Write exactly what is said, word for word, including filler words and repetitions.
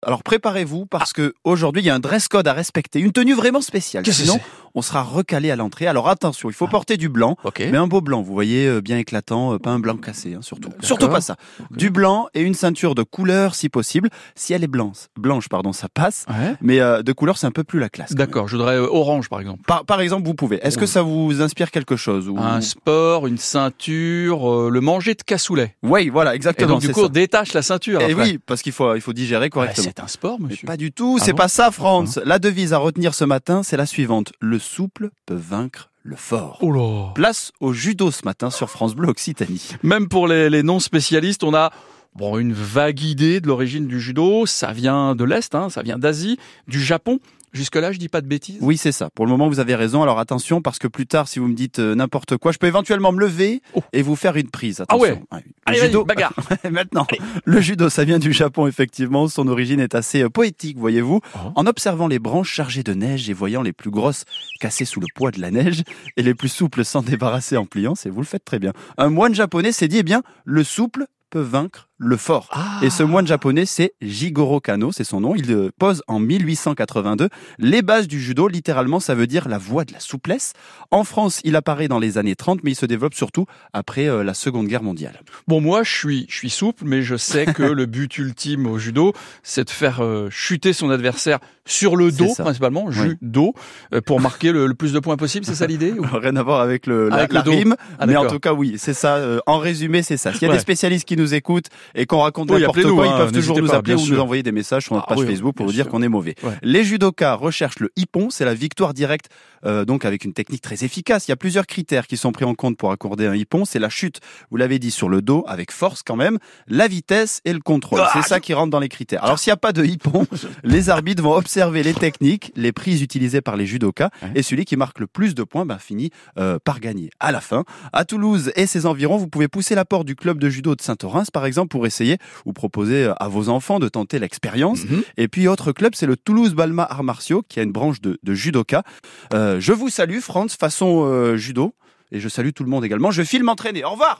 Alors préparez-vous parce que aujourd'hui il y a un dress code à respecter, une tenue vraiment spéciale. Qu'est-ce que Sinon, c'est ? on sera recalé à l'entrée. Alors attention, il faut porter du blanc, Ok. mais un beau blanc, vous voyez, euh, bien éclatant, euh, pas un blanc cassé, hein, surtout. D'accord. Surtout pas ça. Ok. Du blanc et une ceinture de couleur si possible. Si elle est blanche, blanche pardon, ça passe. Ouais. Mais euh, de couleur, c'est un peu plus la classe. quand même. D'accord, je voudrais euh, orange par exemple. Par, par exemple, vous pouvez. Est-ce que ça vous inspire quelque chose ou... Un sport, une ceinture, euh, le manger de cassoulet. Oui, voilà, Et exactement. donc du c'est coup, ça. on détache la ceinture. Et après. oui, parce qu'il faut, il faut digérer Ouais, correctement. c'est un sport, Mais monsieur. pas du tout, Ah c'est bon pas ça, Franz. La devise à retenir ce matin, c'est la suivante. Le souple peut vaincre le fort. Oh là. Place au judo ce matin sur France Bleu Occitanie. Même pour les, les non-spécialistes, on a bon une vague idée de l'origine du judo. Ça vient de l'Est, hein, ça vient d'Asie, du Japon. Jusque-là, je dis pas de bêtises. Oui, c'est ça. Pour le moment, vous avez raison. Alors attention, parce que plus tard, si vous me dites euh, n'importe quoi, je peux éventuellement me lever Oh. et vous faire une prise. Ah Attention. ouais. Ouais, oui. Le Allez, vas-y, judo, bagarre. maintenant, le judo, ça vient du Japon, effectivement. Son origine est assez euh, poétique, voyez-vous. Oh. En observant les branches chargées de neige et voyant les plus grosses cassées sous le poids de la neige et les plus souples s'en débarrasser en pliant, c'est vous le faites très bien. Un moine japonais s'est dit, eh bien, le souple peut vaincre le fort. Ah. Et ce moine japonais, c'est Jigoro Kano, c'est son nom. Il euh, pose en mille huit cent quatre-vingt-deux les bases du judo. Littéralement, ça veut dire la voie de la souplesse. En France, il apparaît dans les années trente, mais il se développe surtout après euh, la Seconde Guerre mondiale. Bon, moi, je suis, je suis souple, mais je sais que le but ultime au judo, c'est de faire euh, chuter son adversaire sur le dos, C'est ça. principalement, Oui. judo, euh, pour marquer le, le plus de points possible. C'est ça l'idée ou... Rien à voir avec le, la, Avec le la dos. rime, Ah, mais en d'accord. tout cas, oui, c'est ça. Euh, en résumé, c'est ça. S'il y a Ouais. des spécialistes qui nous écoutent et qu'on raconte Oui, n'importe appelez-nous, quoi, hein, ils peuvent toujours n'hésitez nous pas, appeler bien ou sûr. nous envoyer des messages sur notre Ah page oui, Facebook pour bien vous dire sûr. qu'on est mauvais. Ouais. Les judokas recherchent le ippon, c'est la victoire directe, euh, donc avec une technique très efficace. Il y a plusieurs critères qui sont pris en compte pour accorder un ippon. C'est la chute, vous l'avez dit, sur le dos, avec force quand même, la vitesse et le contrôle. Ah, C'est ça qui rentre dans les critères. Alors s'il n'y a pas de ippon, les arbitres vont observer les techniques, les prises utilisées par les judokas, Ouais. et celui qui marque le plus de points ben, finit euh, par gagner. À la fin, à Toulouse et ses environs, vous pouvez pousser la porte du club de judo de Saint-Orens, par exemple, pour essayer ou proposer à vos enfants de tenter l'expérience. Mhm. Et puis, autre club, c'est le Toulouse Balma Arts Martiaux, qui a une branche de, de judoka. Euh, je vous salue, Franz, façon euh, judo. Et je salue tout le monde également. Je file m'entraîner. Au revoir!